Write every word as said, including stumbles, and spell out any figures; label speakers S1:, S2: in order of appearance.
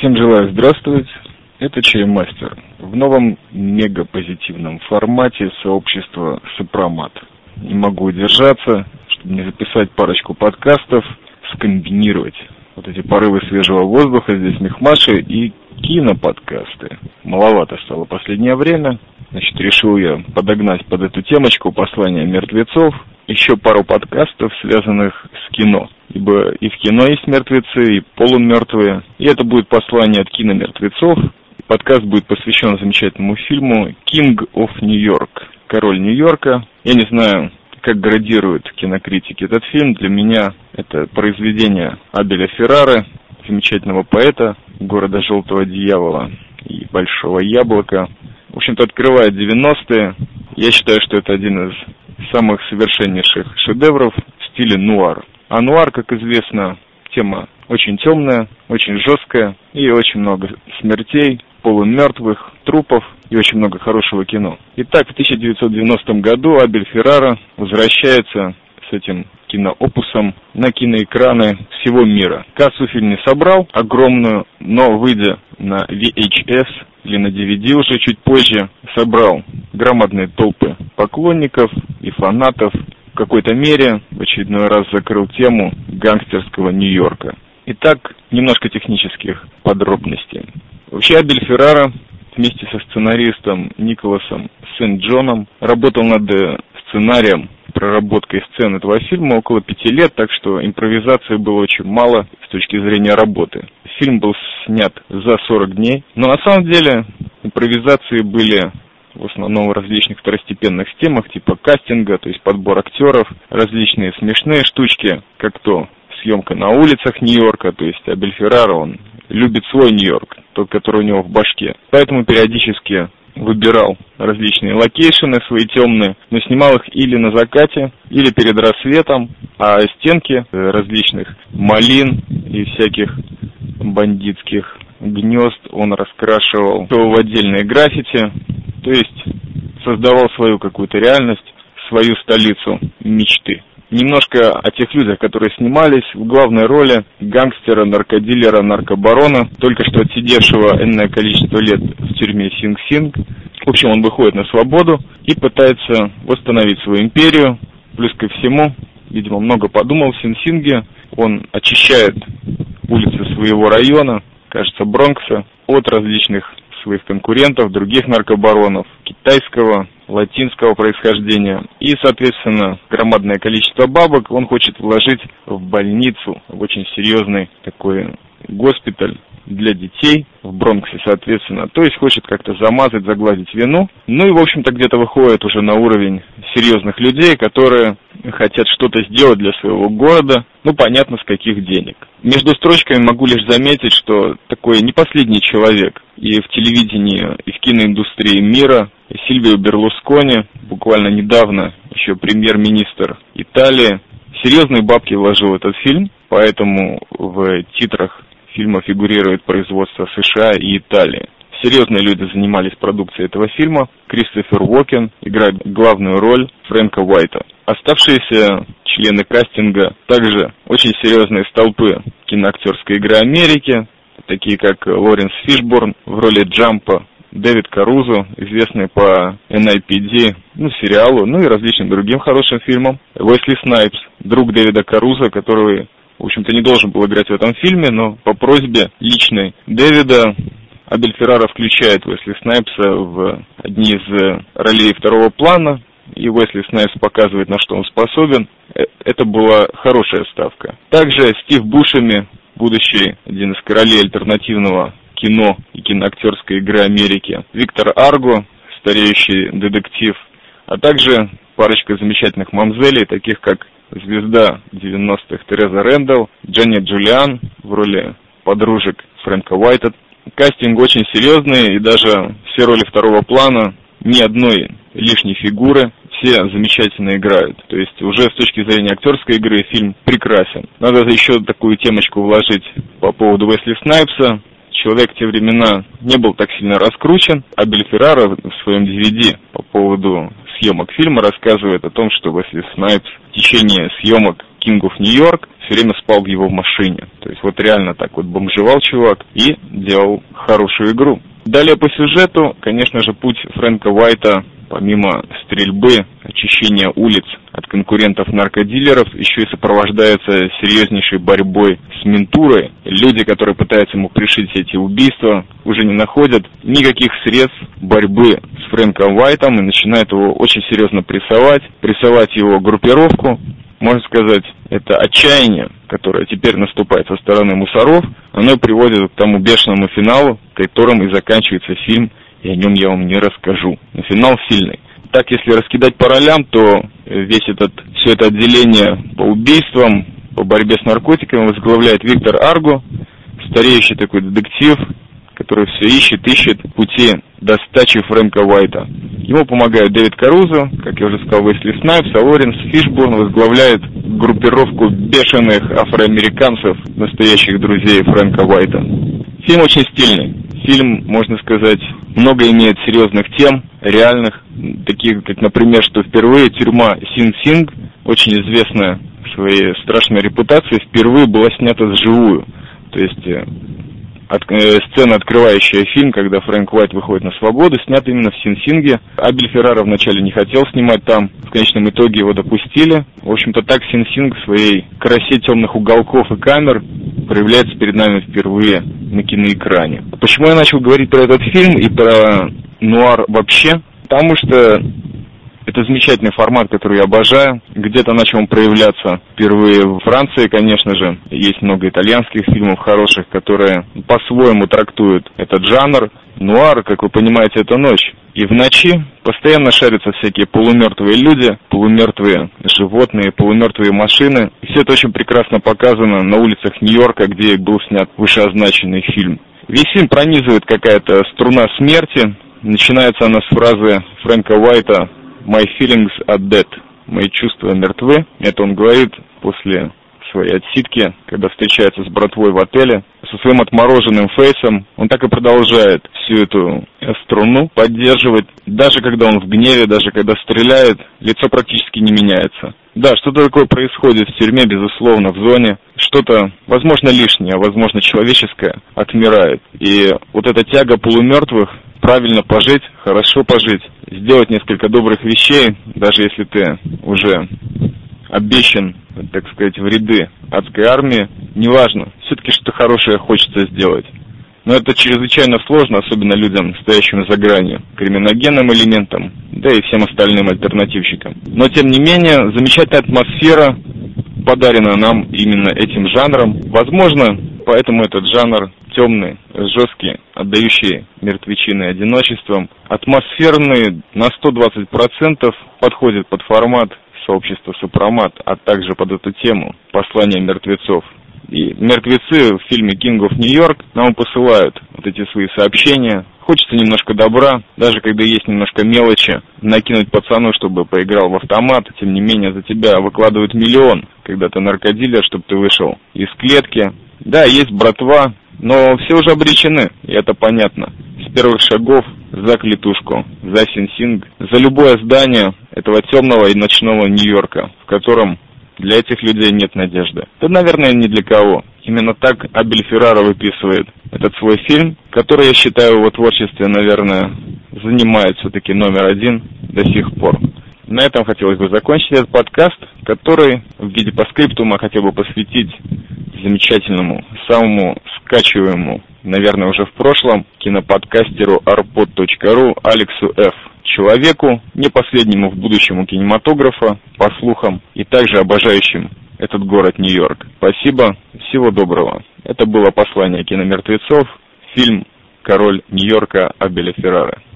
S1: Всем желаю здравствовать. Это Чаймастер в новом мегапозитивном формате сообщества Сопромат. Не могу удержаться, чтобы не записать парочку подкастов, скомбинировать вот эти порывы свежего воздуха, здесь Мехмаши и киноподкасты. Маловато стало последнее время, значит, решил я подогнать под эту темочку «Послание мертвецов» еще пару подкастов, связанных с кино. Ибо и в кино есть мертвецы, и полумертвые. И это будет послание от киномертвецов. Подкаст будет посвящен замечательному фильму «King of New York», «Король Нью-Йорка». Я не знаю, как градируют кинокритики этот фильм. Для меня это произведение Абеля Феррары, замечательного поэта города Желтого Дьявола и Большого Яблока. В общем-то, открывает девяностые. Я считаю, что это один из самых совершеннейших шедевров в стиле нуар. А нуар, как известно, тема очень темная, очень жесткая и очень много смертей, полумертвых, трупов и очень много хорошего кино. Итак, в тысяча девятьсот девяностом году Абель Феррара возвращается с этим киноопусом на киноэкраны всего мира. Кассу фильм не собрал огромную, но выйдя на ви эйч эс или на ди ви ди уже чуть позже, собрал громадные толпы поклонников и фанатов. В какой-то мере в очередной раз закрыл тему гангстерского Нью-Йорка. Итак, немножко технических подробностей. Вообще Абель Феррара вместе со сценаристом Николасом Сент-Джоном работал над сценарием, проработкой сцен этого фильма около пяти лет, так что импровизации было очень мало с точки зрения работы. Фильм был снят за сорок дней, но на самом деле импровизации были в основном в различных второстепенных темах, типа кастинга, то есть подбор актеров, различные смешные штучки, как то съемка на улицах Нью-Йорка, то есть Абель Феррара, он любит свой Нью-Йорк, тот, который у него в башке. Поэтому периодически выбирал различные локейшены свои темные, но снимал их или на закате, или перед рассветом, а стенки различных малин и всяких бандитских гнезд он раскрашивал в отдельные граффити, то есть создавал свою какую-то реальность, свою столицу мечты. Немножко о тех людях, которые снимались в главной роли гангстера, наркодилера, наркобарона, только что отсидевшего энное количество лет в тюрьме Синг-Синг. В общем, он выходит на свободу и пытается восстановить свою империю. Плюс ко всему, видимо, много подумал в Синг-Синге. Он очищает улицы своего района, кажется, Бронкса, от различных своих конкурентов, других наркобаронов, китайского, латинского происхождения. И, соответственно, громадное количество бабок он хочет вложить в больницу, в очень серьезный такой госпиталь для детей в Бронксе, соответственно. То есть хочет как-то замазать, загладить вину. Ну и, в общем-то, где-то выходит уже на уровень серьезных людей, которые хотят что-то сделать для своего города, ну, понятно, с каких денег. Между строчками могу лишь заметить, что такой не последний человек и в телевидении, и в киноиндустрии мира, Сильвио Берлускони, буквально недавно еще премьер-министр Италии, серьезные бабки вложил в этот фильм, поэтому в титрах фильма фигурирует производство США и Италии. Серьезные люди занимались продукцией этого фильма. Кристофер Уокен играет главную роль Фрэнка Уайта. Оставшиеся члены кастинга также очень серьезные столпы киноактерской игры Америки, такие как Лоренс Фишборн в роли Джампа, Дэвид Карузо, известный по эн ай пи ди, ну, сериалу, ну и различным другим хорошим фильмам. Уэсли Снайпс, друг Дэвида Карузо, который, в общем-то, не должен был играть в этом фильме, но по просьбе личной Дэвида Абель Феррара включает Уэсли Снайпса в одни из ролей второго плана, и Уэсли Снайпс показывает, на что он способен. Это была хорошая ставка. Также Стив Бушеми, будущий один из королей альтернативного кино и киноактерской игры Америки, Виктор Арго, стареющий детектив, а также парочка замечательных мамзелей, таких как звезда девяностых Тереза Рэндалл, Джанет Джулиан в роли подружек Фрэнка Уайта. Кастинг очень серьезный, и даже все роли второго плана, ни одной лишней фигуры, все замечательно играют. То есть уже с точки зрения актерской игры фильм прекрасен. Надо еще такую темочку вложить по поводу Уэсли Снайпса. Человек в те времена не был так сильно раскручен. Абель Феррара в своем ди ви ди по поводу съемок фильма рассказывает о том, что Уэсли Снайпс в течение съемок King of New York, все время спал в его машине. То есть вот реально так вот бомжевал чувак и делал хорошую игру. Далее по сюжету, конечно же, путь Фрэнка Уайта, помимо стрельбы, очищения улиц от конкурентов-наркодилеров, еще и сопровождается серьезнейшей борьбой с ментурой. Люди, которые пытаются ему пришить эти убийства, уже не находят никаких средств борьбы с Фрэнком Уайтом и начинают его очень серьезно прессовать, прессовать его группировку. Можно сказать, это отчаяние, которое теперь наступает со стороны мусоров, оно приводит к тому бешеному финалу, которым и заканчивается фильм, и о нем я вам не расскажу. Но финал сильный. Так, если раскидать по ролям, то весь этот, все это отделение по убийствам, по борьбе с наркотиками возглавляет Виктор Арго, стареющий такой детектив, который все ищет, ищет пути до сдачи Фрэнка Уайта. Ему помогают Дэвид Карузо, как я уже сказал, Уэсли Снайпс, а Лоренс Фишборн возглавляет группировку бешеных афроамериканцев, настоящих друзей Фрэнка Уайта. Фильм очень стильный. Фильм, можно сказать, много имеет серьезных тем, реальных, таких, как, например, что впервые тюрьма Синг-Синг, очень известная своей страшной репутацией, впервые была снята вживую. То есть от, э, сцена, открывающая фильм, когда Фрэнк Уайт выходит на свободу, снята именно в Синг-Синге. Абель Феррара вначале не хотел снимать там, в конечном итоге его допустили. В общем-то, так Синг-Синг в своей красе темных уголков и камер проявляется перед нами впервые на киноэкране. Почему я начал говорить про этот фильм и про нуар вообще? Потому что это замечательный формат, который я обожаю. Где-то начал он проявляться впервые в Франции, конечно же. Есть много итальянских фильмов хороших, которые по-своему трактуют этот жанр. Нуар, как вы понимаете, это ночь. И в ночи постоянно шарятся всякие полумертвые люди, полумертвые животные, полумертвые машины. И все это очень прекрасно показано на улицах Нью-Йорка, где был снят вышеозначенный фильм. Весь фильм пронизывает какая-то струна смерти. Начинается она с фразы Фрэнка Уайта «My feelings are dead». «Мои чувства мертвы». Это он говорит после своей отсидки, когда встречается с братвой в отеле. Со своим отмороженным фейсом он так и продолжает всю эту струну поддерживать. Даже когда он в гневе, даже когда стреляет, лицо практически не меняется. Да, что-то такое происходит в тюрьме, безусловно, в зоне. Что-то, возможно, лишнее, возможно, человеческое отмирает. И вот эта тяга полумертвых правильно пожить, хорошо пожить, сделать несколько добрых вещей, даже если ты уже обещан, так сказать, в ряды адской армии, неважно, все-таки что-то хорошее хочется сделать. Но это чрезвычайно сложно, особенно людям, стоящим за гранью, криминогенным элементам, да и всем остальным альтернативщикам. Но, тем не менее, замечательная атмосфера подарена нам именно этим жанром. Возможно, поэтому этот жанр темный, жесткий, отдающий мертвечиной одиночеством, атмосферный, на сто двадцать процентов подходит под формат сообщества Сопромат, а также под эту тему «Послание мертвецов». И мертвецы в фильме King of New York нам посылают вот эти свои сообщения. Хочется немножко добра, даже когда есть немножко мелочи, накинуть пацану, чтобы поиграл в автомат. Тем не менее, за тебя выкладывают миллион, когда ты наркодилер, чтобы ты вышел из клетки. Да, есть братва, но все уже обречены, и это понятно. С первых шагов за клетушку, за Синг-Синг, за любое здание этого темного и ночного Нью-Йорка, в котором для этих людей нет надежды. Да, наверное, ни для кого. Именно так Абель Феррара выписывает этот свой фильм, который, я считаю, в его творчестве, наверное, занимает все-таки номер один до сих пор. На этом хотелось бы закончить этот подкаст, который в виде постскриптума хотел бы посвятить замечательному, самому скачиваемому, наверное, уже в прошлом, киноподкастеру арпод точка ру Алексу Ф. Человеку, не последнему в будущем кинематографа, по слухам, и также обожающим этот город Нью-Йорк. Спасибо, всего доброго. Это было послание киномертвецов, фильм «Король Нью-Йорка» Абеля Феррары.